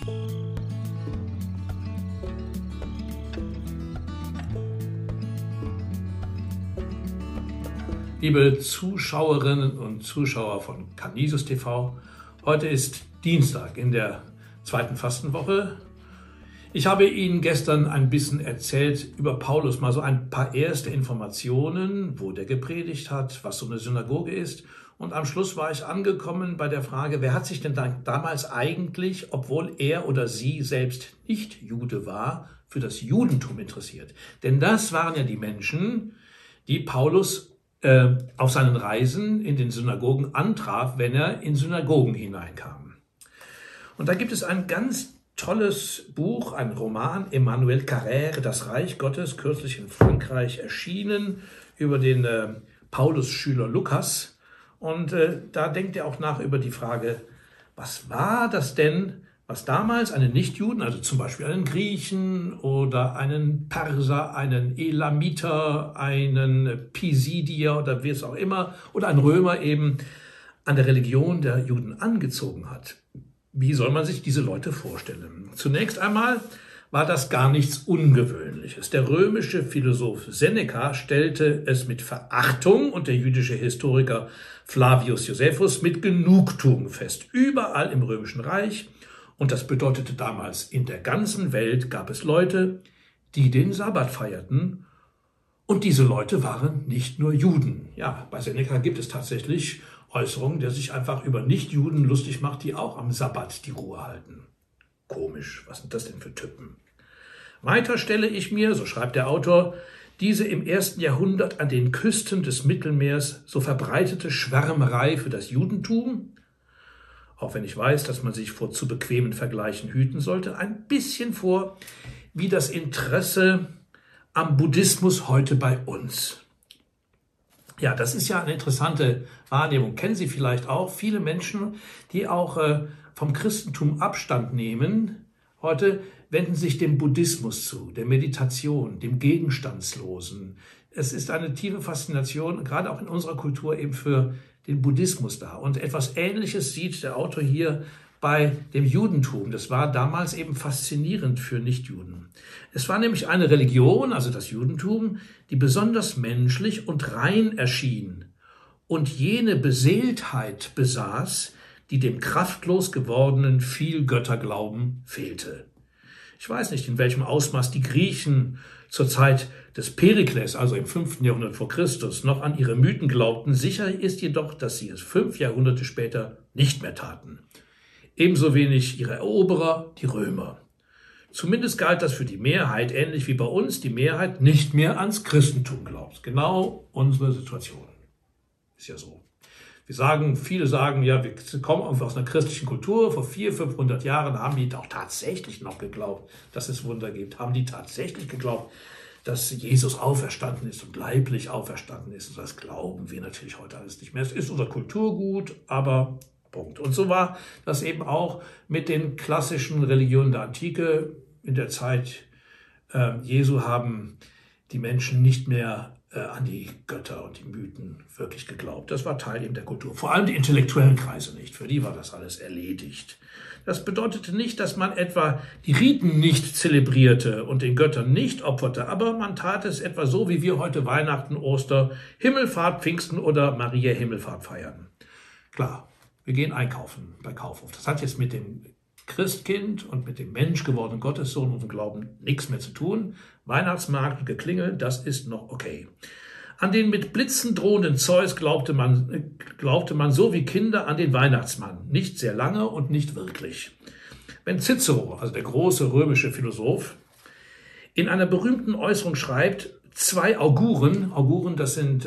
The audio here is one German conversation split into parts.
Liebe Zuschauerinnen und Zuschauer von Canisius TV, heute ist Dienstag in der zweiten Fastenwoche. Ich habe Ihnen gestern ein bisschen erzählt über Paulus, mal so ein paar erste Informationen, wo der gepredigt hat, was so eine Synagoge ist. Und am Schluss war ich angekommen bei der Frage, wer hat sich denn damals eigentlich, obwohl er oder sie selbst nicht Jude war, für das Judentum interessiert? Denn das waren ja die Menschen, die Paulus auf seinen Reisen in den Synagogen antraf, wenn er in Synagogen hineinkam. Und da gibt es ein ganz tolles Buch, ein Roman, Emmanuel Carrère, Das Reich Gottes, kürzlich in Frankreich erschienen, über den Paulus-Schüler Lukas. Und da denkt er auch nach über die Frage, was war das denn, was damals einen Nichtjuden, also zum Beispiel einen Griechen oder einen Perser, einen Elamiter, einen Pisidier oder wie es auch immer, oder einen Römer eben an der Religion der Juden angezogen hat. Wie soll man sich diese Leute vorstellen? Zunächst einmal war das gar nichts Ungewöhnliches. Der römische Philosoph Seneca stellte es mit Verachtung und der jüdische Historiker Flavius Josephus mit Genugtuung fest. Überall im Römischen Reich, und das bedeutete damals, in der ganzen Welt gab es Leute, die den Sabbat feierten. Und diese Leute waren nicht nur Juden. Ja, bei Seneca gibt es tatsächlich Äußerungen, der sich einfach über Nichtjuden lustig macht, die auch am Sabbat die Ruhe halten. Komisch, was sind das denn für Typen? Weiter stelle ich mir, so schreibt der Autor, diese im 1. Jahrhundert an den Küsten des Mittelmeers so verbreitete Schwärmerei für das Judentum, auch wenn ich weiß, dass man sich vor zu bequemen Vergleichen hüten sollte, ein bisschen vor wie das Interesse am Buddhismus heute bei uns. Ja, das ist ja eine interessante Wahrnehmung. Kennen Sie vielleicht auch viele Menschen, die auch vom Christentum Abstand nehmen, heute wenden sich dem Buddhismus zu, der Meditation, dem Gegenstandslosen. Es ist eine tiefe Faszination, gerade auch in unserer Kultur, eben für den Buddhismus da. Und etwas Ähnliches sieht der Autor hier bei dem Judentum. Das war damals eben faszinierend für Nichtjuden. Es war nämlich eine Religion, also das Judentum, die besonders menschlich und rein erschien und jene Beseeltheit besaß, die dem kraftlos gewordenen Vielgötterglauben fehlte. Ich weiß nicht, in welchem Ausmaß die Griechen zur Zeit des Perikles, also im 5. Jahrhundert vor Christus, noch an ihre Mythen glaubten. Sicher ist jedoch, dass sie es 5 Jahrhunderte später nicht mehr taten. Ebenso wenig ihre Eroberer, die Römer. Zumindest galt das für die Mehrheit, ähnlich wie bei uns die Mehrheit nicht mehr ans Christentum glaubt. Genau unsere Situation. Ist ja so. Viele sagen, ja, wir kommen aus einer christlichen Kultur. Vor 400, 500 Jahren haben die auch tatsächlich noch geglaubt, dass es Wunder gibt. Haben die tatsächlich geglaubt, dass Jesus auferstanden ist und leiblich auferstanden ist. Und das glauben wir natürlich heute alles nicht mehr. Es ist unser Kulturgut, aber Punkt. Und so war das eben auch mit den klassischen Religionen der Antike. In der Zeit Jesu haben die Menschen nicht mehr an die Götter und die Mythen wirklich geglaubt. Das war Teil eben der Kultur. Vor allem die intellektuellen Kreise nicht. Für die war das alles erledigt. Das bedeutete nicht, dass man etwa die Riten nicht zelebrierte und den Göttern nicht opferte, aber man tat es etwa so, wie wir heute Weihnachten, Oster, Himmelfahrt, Pfingsten oder Maria Himmelfahrt feiern. Klar, wir gehen einkaufen bei Kaufhof. Das hat jetzt mit dem Christkind und mit dem menschgewordenen Gottessohn und dem Glauben nichts mehr zu tun. Weihnachtsmarkt und Geklingel, das ist noch okay. An den mit Blitzen drohenden Zeus glaubte man so wie Kinder an den Weihnachtsmann. Nicht sehr lange und nicht wirklich. Wenn Cicero, also der große römische Philosoph, in einer berühmten Äußerung schreibt, 2 Auguren, das sind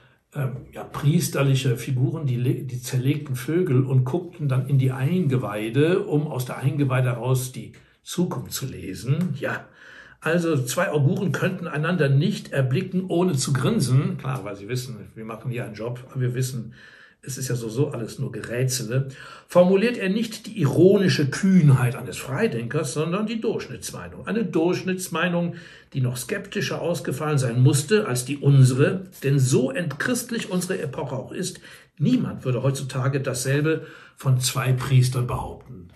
priesterliche Figuren, die zerlegten Vögel und guckten dann in die Eingeweide, um aus der Eingeweide heraus die Zukunft zu lesen. Ja, also 2 Auguren könnten einander nicht erblicken, ohne zu grinsen. Klar, weil sie wissen, wir machen hier einen Job, aber wir wissen, es ist ja so alles nur Gerätsele. Formuliert er nicht die ironische Kühnheit eines Freidenkers, sondern die Durchschnittsmeinung. Eine Durchschnittsmeinung, die noch skeptischer ausgefallen sein musste als die unsere, denn so entchristlich unsere Epoche auch ist, niemand würde heutzutage dasselbe von 2 Priestern behaupten.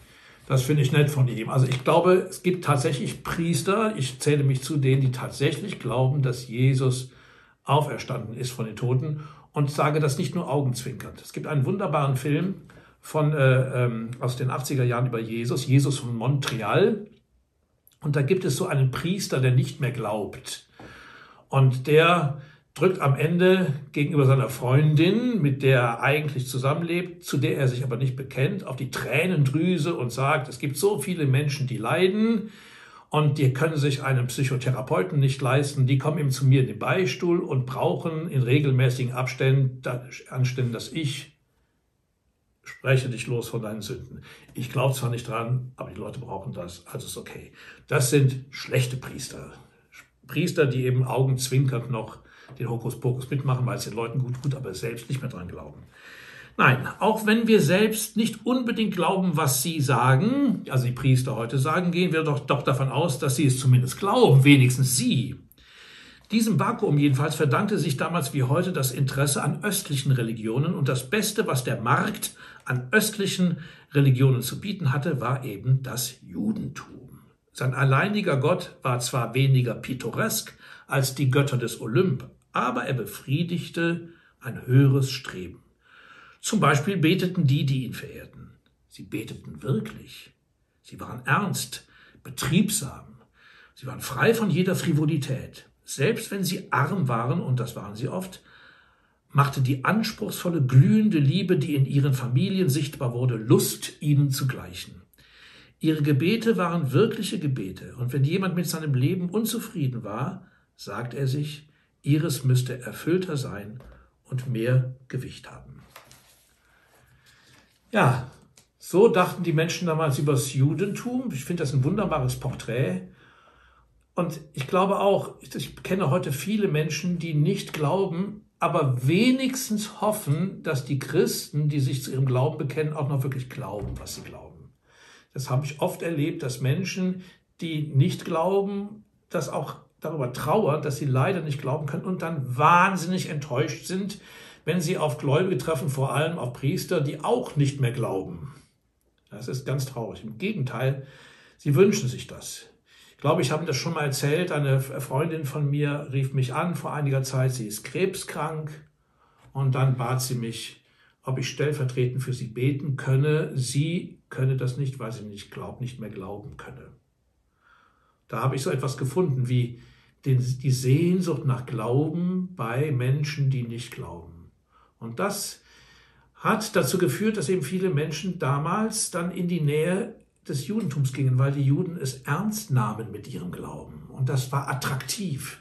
Das finde ich nett von ihm. Also ich glaube, es gibt tatsächlich Priester, ich zähle mich zu denen, die tatsächlich glauben, dass Jesus auferstanden ist von den Toten und sage das nicht nur augenzwinkernd. Es gibt einen wunderbaren Film aus den 80er Jahren über Jesus, Jesus von Montreal. Und da gibt es so einen Priester, der nicht mehr glaubt. Und der drückt am Ende gegenüber seiner Freundin, mit der er eigentlich zusammenlebt, zu der er sich aber nicht bekennt, auf die Tränendrüse und sagt, es gibt so viele Menschen, die leiden und die können sich einen Psychotherapeuten nicht leisten. Die kommen eben zu mir in den Beichtstuhl und brauchen in regelmäßigen Anständen, dass ich spreche dich los von deinen Sünden. Ich glaube zwar nicht dran, aber die Leute brauchen das, also ist okay. Das sind schlechte Priester. Priester, die eben augenzwinkernd noch den Hokuspokus mitmachen, weil es den Leuten gut tut, aber selbst nicht mehr dran glauben. Nein, auch wenn wir selbst nicht unbedingt glauben, was sie sagen, also die Priester heute sagen, gehen wir doch davon aus, dass sie es zumindest glauben, wenigstens sie. Diesem Vakuum jedenfalls verdankte sich damals wie heute das Interesse an östlichen Religionen und das Beste, was der Markt an östlichen Religionen zu bieten hatte, war eben das Judentum. Sein alleiniger Gott war zwar weniger pittoresk als die Götter des Olymp, aber er befriedigte ein höheres Streben. Zum Beispiel beteten die ihn verehrten. Sie beteten wirklich. Sie waren ernst, betriebsam. Sie waren frei von jeder Frivolität. Selbst wenn sie arm waren, und das waren sie oft, machte die anspruchsvolle, glühende Liebe, die in ihren Familien sichtbar wurde, Lust, ihnen zu gleichen. Ihre Gebete waren wirkliche Gebete, und wenn jemand mit seinem Leben unzufrieden war, sagt er sich, ihres müsste erfüllter sein und mehr Gewicht haben. Ja, so dachten die Menschen damals über das Judentum. Ich finde das ein wunderbares Porträt. Und ich glaube auch, ich kenne heute viele Menschen, die nicht glauben, aber wenigstens hoffen, dass die Christen, die sich zu ihrem Glauben bekennen, auch noch wirklich glauben, was sie glauben. Das habe ich oft erlebt, dass Menschen, die nicht glauben, das auch darüber trauern, dass sie leider nicht glauben können und dann wahnsinnig enttäuscht sind, wenn sie auf Gläubige treffen, vor allem auf Priester, die auch nicht mehr glauben. Das ist ganz traurig. Im Gegenteil, sie wünschen sich das. Ich glaube, ich habe das schon mal erzählt. Eine Freundin von mir rief mich an vor einiger Zeit. Sie ist krebskrank und dann bat sie mich, ob ich stellvertretend für sie beten könne. Sie könne das nicht, weil sie nicht mehr glauben könne. Da habe ich so etwas gefunden wie die Sehnsucht nach Glauben bei Menschen, die nicht glauben. Und das hat dazu geführt, dass eben viele Menschen damals dann in die Nähe des Judentums gingen, weil die Juden es ernst nahmen mit ihrem Glauben. Und das war attraktiv.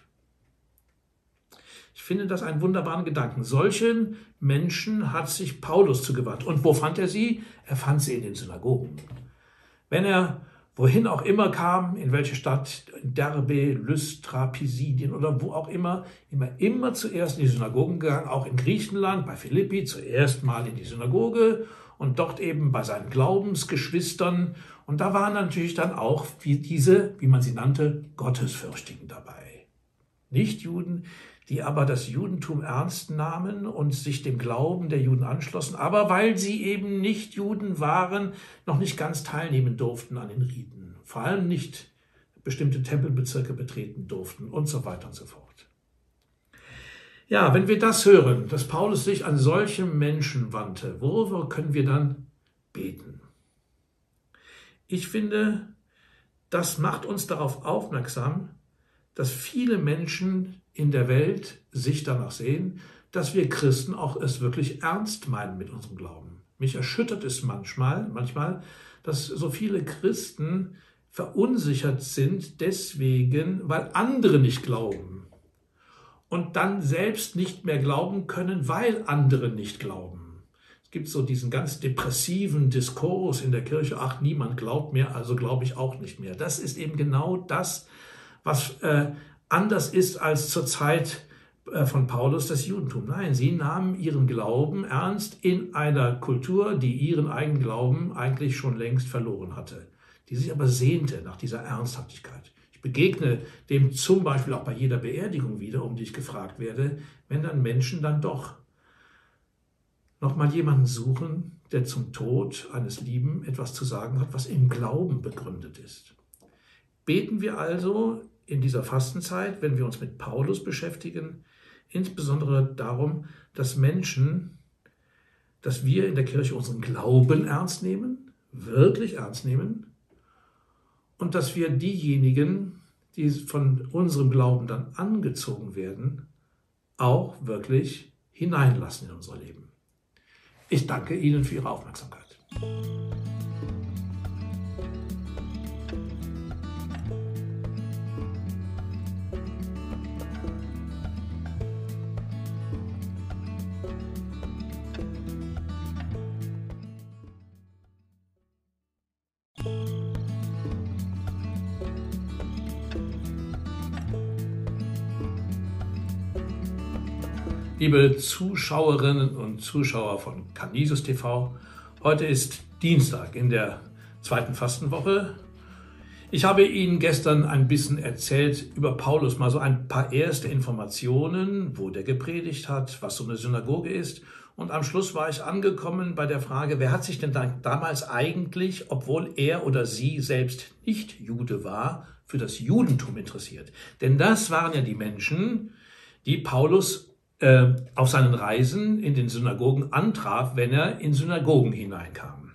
Ich finde das einen wunderbaren Gedanken. Solchen Menschen hat sich Paulus zugewandt. Und wo fand er sie? Er fand sie in den Synagogen. Wenn er wohin auch immer kam, in welche Stadt, Derbe, Lystra, Pisidien oder wo auch immer zuerst in die Synagogen gegangen, auch in Griechenland, bei Philippi zuerst mal in die Synagoge und dort eben bei seinen Glaubensgeschwistern. Und da waren natürlich dann auch wie man sie nannte, Gottesfürchtigen dabei. Nicht Juden, die aber das Judentum ernst nahmen und sich dem Glauben der Juden anschlossen, aber weil sie eben nicht Juden waren, noch nicht ganz teilnehmen durften an den Riten, vor allem nicht bestimmte Tempelbezirke betreten durften und so weiter und so fort. Ja, wenn wir das hören, dass Paulus sich an solche Menschen wandte, worüber können wir dann beten? Ich finde, das macht uns darauf aufmerksam, dass viele Menschen in der Welt sich danach sehen, dass wir Christen auch es wirklich ernst meinen mit unserem Glauben. Mich erschüttert es manchmal, dass so viele Christen verunsichert sind deswegen, weil andere nicht glauben und dann selbst nicht mehr glauben können, weil andere nicht glauben. Es gibt so diesen ganz depressiven Diskurs in der Kirche, ach, niemand glaubt mehr, also glaube ich auch nicht mehr. Das ist eben genau das, was anders ist als zur Zeit von Paulus das Judentum. Nein, sie nahmen ihren Glauben ernst in einer Kultur, die ihren eigenen Glauben eigentlich schon längst verloren hatte, die sich aber sehnte nach dieser Ernsthaftigkeit. Ich begegne dem zum Beispiel auch bei jeder Beerdigung wieder, um die ich gefragt werde, wenn dann Menschen dann doch nochmal jemanden suchen, der zum Tod eines Lieben etwas zu sagen hat, was im Glauben begründet ist. Beten wir also in dieser Fastenzeit, wenn wir uns mit Paulus beschäftigen, insbesondere darum, dass wir in der Kirche unseren Glauben ernst nehmen, wirklich ernst nehmen, und dass wir diejenigen, die von unserem Glauben dann angezogen werden, auch wirklich hineinlassen in unser Leben. Ich danke Ihnen für Ihre Aufmerksamkeit. Liebe Zuschauerinnen und Zuschauer von Canisius TV, heute ist Dienstag in der zweiten Fastenwoche. Ich habe Ihnen gestern ein bisschen erzählt über Paulus, mal so ein paar erste Informationen, wo der gepredigt hat, was so eine Synagoge ist. Und am Schluss war ich angekommen bei der Frage, wer hat sich denn damals eigentlich, obwohl er oder sie selbst nicht Jude war, für das Judentum interessiert? Denn das waren ja die Menschen, die Paulus auf seinen Reisen in den Synagogen antraf, wenn er in Synagogen hineinkam.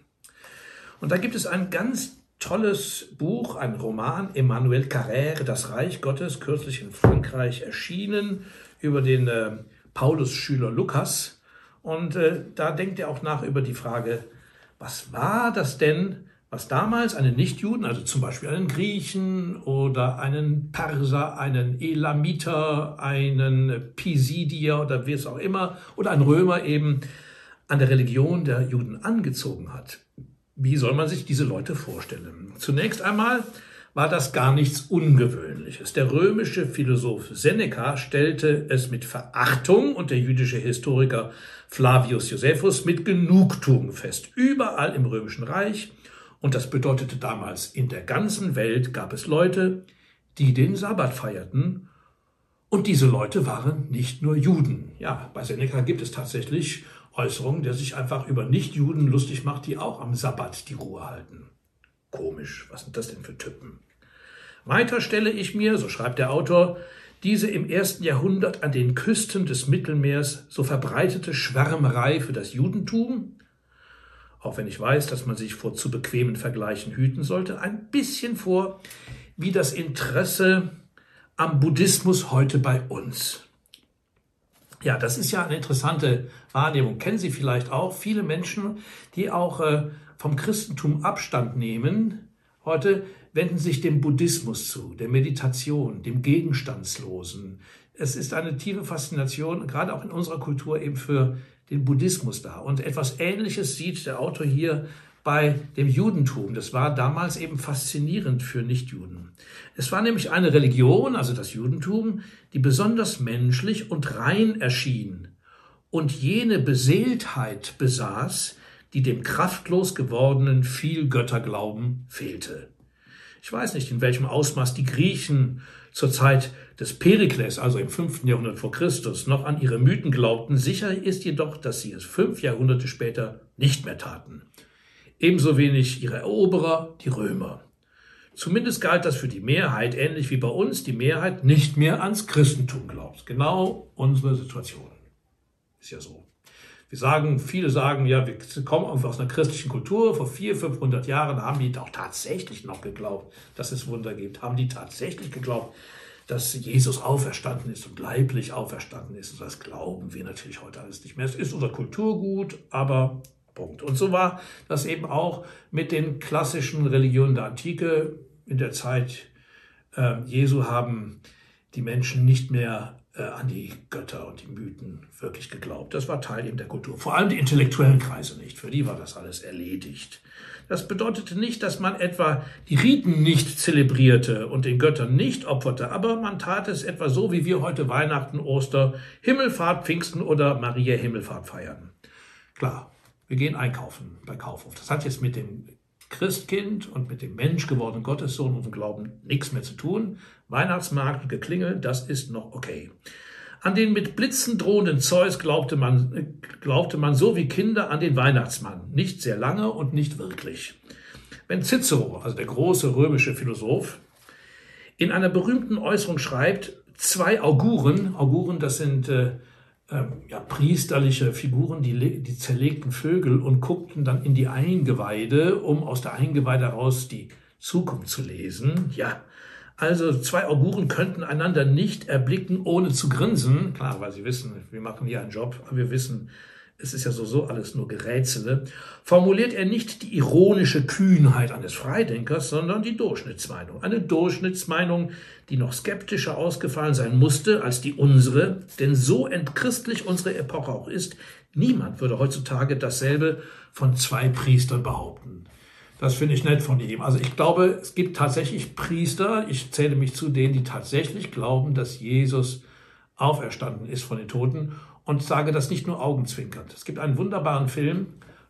Und da gibt es ein ganz tolles Buch, ein Roman, Emmanuel Carrère, Das Reich Gottes, kürzlich in Frankreich erschienen, über den Paulus-Schüler Lukas. Und da denkt er auch nach über die Frage, was war das denn, was damals einen Nichtjuden, also zum Beispiel einen Griechen oder einen Perser, einen Elamiter, einen Pisidier oder wie es auch immer, oder einen Römer eben an der Religion der Juden angezogen hat. Wie soll man sich diese Leute vorstellen? Zunächst einmal war das gar nichts Ungewöhnliches. Der römische Philosoph Seneca stellte es mit Verachtung und der jüdische Historiker Flavius Josephus mit Genugtuung fest. Überall im Römischen Reich, und das bedeutete damals, in der ganzen Welt gab es Leute, die den Sabbat feierten. Und diese Leute waren nicht nur Juden. Ja, bei Seneca gibt es tatsächlich Äußerungen, der sich einfach über Nichtjuden lustig macht, die auch am Sabbat die Ruhe halten. Komisch, was sind das denn für Typen? Weiter stelle ich mir, so schreibt der Autor, diese im 1. Jahrhundert an den Küsten des Mittelmeers so verbreitete Schwärmerei für das Judentum, auch wenn ich weiß, dass man sich vor zu bequemen Vergleichen hüten sollte, ein bisschen vor wie das Interesse am Buddhismus heute bei uns. Ja, das ist ja eine interessante Wahrnehmung. Kennen Sie vielleicht auch viele Menschen, die auch vom Christentum Abstand nehmen, heute wenden sich dem Buddhismus zu, der Meditation, dem Gegenstandslosen. Es ist eine tiefe Faszination, gerade auch in unserer Kultur, eben für den Buddhismus da. Und etwas Ähnliches sieht der Autor hier bei dem Judentum. Das war damals eben faszinierend für Nichtjuden. Es war nämlich eine Religion, also das Judentum, die besonders menschlich und rein erschien und jene Beseeltheit besaß, die dem kraftlos gewordenen Vielgötterglauben fehlte. Ich weiß nicht, in welchem Ausmaß die Griechen zur Zeit des Perikles, also im 5. Jahrhundert vor Christus, noch an ihre Mythen glaubten. Sicher ist jedoch, dass sie es 5 Jahrhunderte später nicht mehr taten. Ebenso wenig ihre Eroberer, die Römer. Zumindest galt das für die Mehrheit, ähnlich wie bei uns die Mehrheit nicht mehr ans Christentum glaubt. Genau unsere Situation. Ist ja so. Viele sagen, ja, wir kommen aus einer christlichen Kultur. Vor 400, 500 Jahren haben die doch tatsächlich noch geglaubt, dass es Wunder gibt. Haben die tatsächlich geglaubt, dass Jesus auferstanden ist und leiblich auferstanden ist. Und das glauben wir natürlich heute alles nicht mehr. Es ist unser Kulturgut, aber Punkt. Und so war das eben auch mit den klassischen Religionen der Antike. In der Zeit Jesu haben die Menschen nicht mehr an die Götter und die Mythen wirklich geglaubt. Das war Teil eben der Kultur. Vor allem die intellektuellen Kreise nicht. Für die war das alles erledigt. Das bedeutete nicht, dass man etwa die Riten nicht zelebrierte und den Göttern nicht opferte, aber man tat es etwa so, wie wir heute Weihnachten, Oster, Himmelfahrt, Pfingsten oder Maria Himmelfahrt feiern. Klar, wir gehen einkaufen bei Kaufhof. Das hat jetzt mit dem Christkind und mit dem menschgewordenen Gottessohn und dem Glauben nichts mehr zu tun. Weihnachtsmarkt und Geklingel, das ist noch okay. An den mit Blitzen drohenden Zeus glaubte man so wie Kinder an den Weihnachtsmann, nicht sehr lange und nicht wirklich. Wenn Cicero, also der große römische Philosoph, in einer berühmten Äußerung schreibt, zwei Auguren, das sind priesterliche Figuren, die zerlegten Vögel und guckten dann in die Eingeweide, um aus der Eingeweide heraus die Zukunft zu lesen. Ja, also zwei Auguren könnten einander nicht erblicken, ohne zu grinsen. Klar, weil sie wissen, wir machen hier einen Job, aber wir wissen, es ist ja so alles nur Gerätsele. Formuliert er nicht die ironische Kühnheit eines Freidenkers, sondern die Durchschnittsmeinung. Eine Durchschnittsmeinung, die noch skeptischer ausgefallen sein musste als die unsere, denn so entchristlich unsere Epoche auch ist, niemand würde heutzutage dasselbe von zwei Priestern behaupten. Das finde ich nett von ihm. Also ich glaube, es gibt tatsächlich Priester, ich zähle mich zu denen, die tatsächlich glauben, dass Jesus auferstanden ist von den Toten und sage das nicht nur augenzwinkernd. Es gibt einen wunderbaren Film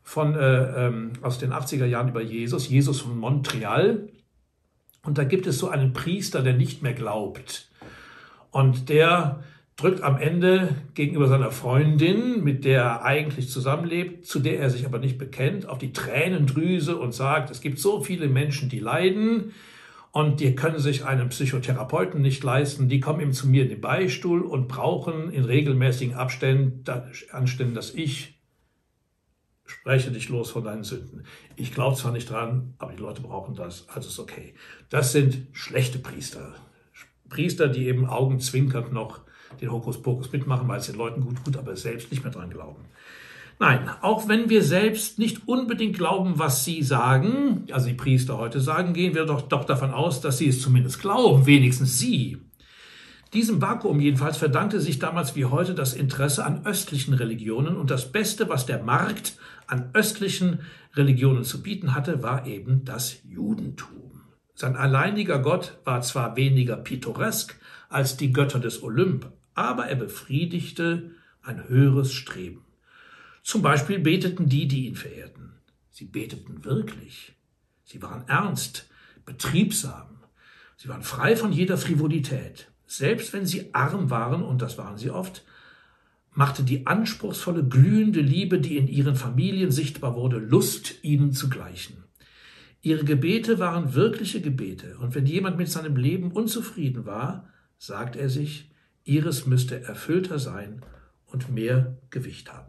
aus den 80er Jahren über Jesus von Montreal. Und da gibt es so einen Priester, der nicht mehr glaubt. Und der drückt am Ende gegenüber seiner Freundin, mit der er eigentlich zusammenlebt, zu der er sich aber nicht bekennt, auf die Tränendrüse und sagt, es gibt so viele Menschen, die leiden und die können sich einen Psychotherapeuten nicht leisten. Die kommen eben zu mir in den Beichtstuhl und brauchen in regelmäßigen Anständen, dass ich spreche dich los von deinen Sünden. Ich glaube zwar nicht dran, aber die Leute brauchen das, also ist okay. Das sind schlechte Priester. Priester, die eben augenzwinkernd noch den Hokuspokus mitmachen, weil es den Leuten gut tut, aber selbst nicht mehr dran glauben. Nein, auch wenn wir selbst nicht unbedingt glauben, was sie sagen, also die Priester heute sagen, gehen wir doch davon aus, dass sie es zumindest glauben, wenigstens sie. Diesem Vakuum jedenfalls verdankte sich damals wie heute das Interesse an östlichen Religionen und das Beste, was der Markt an östlichen Religionen zu bieten hatte, war eben das Judentum. Sein alleiniger Gott war zwar weniger pittoresk als die Götter des Olymp, aber er befriedigte ein höheres Streben. Zum Beispiel beteten die ihn verehrten. Sie beteten wirklich. Sie waren ernst, betriebsam. Sie waren frei von jeder Frivolität. Selbst wenn sie arm waren, und das waren sie oft, machte die anspruchsvolle, glühende Liebe, die in ihren Familien sichtbar wurde, Lust, ihnen zu gleichen. Ihre Gebete waren wirkliche Gebete, und wenn jemand mit seinem Leben unzufrieden war, sagt er sich, ihres müsste erfüllter sein und mehr Gewicht haben.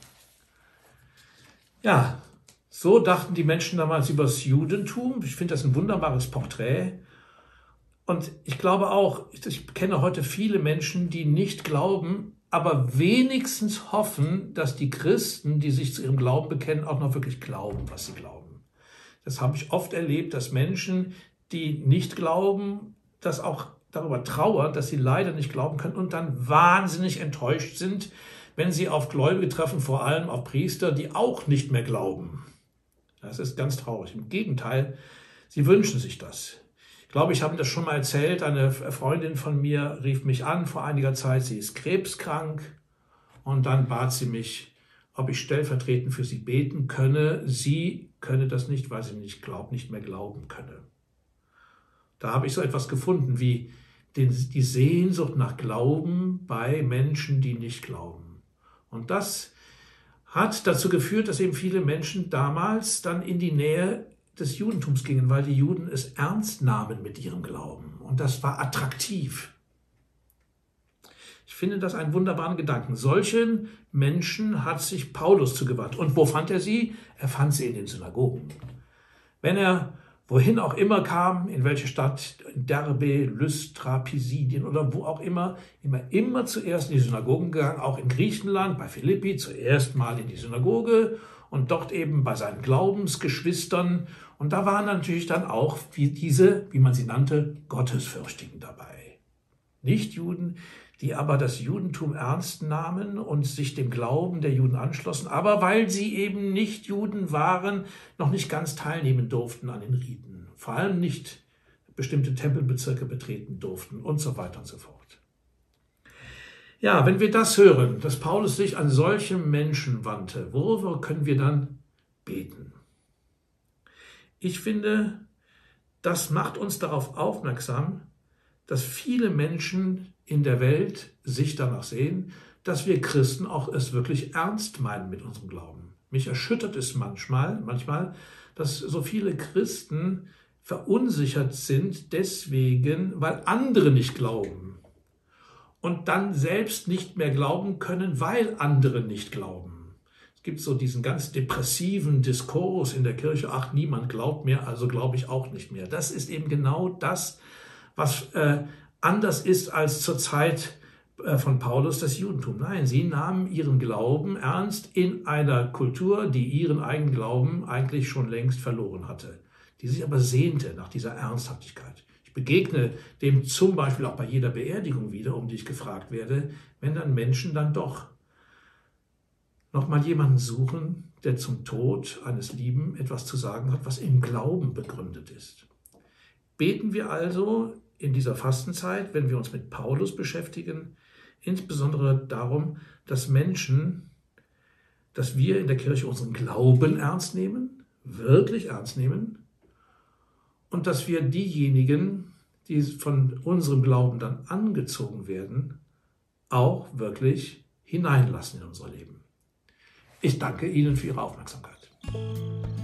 Ja, so dachten die Menschen damals über das Judentum. Ich finde das ein wunderbares Porträt. Und ich glaube auch, ich kenne heute viele Menschen, die nicht glauben, aber wenigstens hoffen, dass die Christen, die sich zu ihrem Glauben bekennen, auch noch wirklich glauben, was sie glauben. Das habe ich oft erlebt, dass Menschen, die nicht glauben, das auch darüber trauern, dass sie leider nicht glauben können und dann wahnsinnig enttäuscht sind, wenn sie auf Gläubige treffen, vor allem auf Priester, die auch nicht mehr glauben. Das ist ganz traurig. Im Gegenteil, sie wünschen sich das. Ich glaube, ich habe das schon mal erzählt. Eine Freundin von mir rief mich an vor einiger Zeit. Sie ist krebskrank und dann bat sie mich, ob ich stellvertretend für sie beten könne. Sie könne das nicht, weil sie nicht mehr glauben könne. Da habe ich so etwas gefunden wie die Sehnsucht nach Glauben bei Menschen, die nicht glauben. Und das hat dazu geführt, dass eben viele Menschen damals dann in die Nähe des Judentums gingen, weil die Juden es ernst nahmen mit ihrem Glauben. Und das war attraktiv. Ich finde das einen wunderbaren Gedanken. Solchen Menschen hat sich Paulus zugewandt. Und wo fand er sie? Er fand sie in den Synagogen. Wenn er wohin auch immer kam, in welche Stadt, in Derbe, Lystra, Pisidien oder wo auch immer zuerst in die Synagogen gegangen, auch in Griechenland, bei Philippi zuerst mal in die Synagoge und dort eben bei seinen Glaubensgeschwistern. Und da waren natürlich dann auch wie man sie nannte, Gottesfürchtigen dabei. Nicht-Juden, die aber das Judentum ernst nahmen und sich dem Glauben der Juden anschlossen, aber weil sie eben nicht Juden waren, noch nicht ganz teilnehmen durften an den Riten, vor allem nicht bestimmte Tempelbezirke betreten durften und so weiter und so fort. Ja, wenn wir das hören, dass Paulus sich an solche Menschen wandte, worüber können wir dann beten? Ich finde, das macht uns darauf aufmerksam, dass viele Menschen in der Welt sich danach sehen, dass wir Christen auch es wirklich ernst meinen mit unserem Glauben. Mich erschüttert es manchmal, dass so viele Christen verunsichert sind deswegen, weil andere nicht glauben und dann selbst nicht mehr glauben können, weil andere nicht glauben. Es gibt so diesen ganz depressiven Diskurs in der Kirche, ach, niemand glaubt mehr, also glaube ich auch nicht mehr. Das ist eben genau das, was anders ist als zur Zeit von Paulus das Judentum. Nein, sie nahmen ihren Glauben ernst in einer Kultur, die ihren eigenen Glauben eigentlich schon längst verloren hatte, die sich aber sehnte nach dieser Ernsthaftigkeit. Ich begegne dem zum Beispiel auch bei jeder Beerdigung wieder, um die ich gefragt werde, wenn dann Menschen dann doch nochmal jemanden suchen, der zum Tod eines Lieben etwas zu sagen hat, was im Glauben begründet ist. Beten wir also in dieser Fastenzeit, wenn wir uns mit Paulus beschäftigen, insbesondere darum, dass wir in der Kirche unseren Glauben ernst nehmen, wirklich ernst nehmen, und dass wir diejenigen, die von unserem Glauben dann angezogen werden, auch wirklich hineinlassen in unser Leben. Ich danke Ihnen für Ihre Aufmerksamkeit.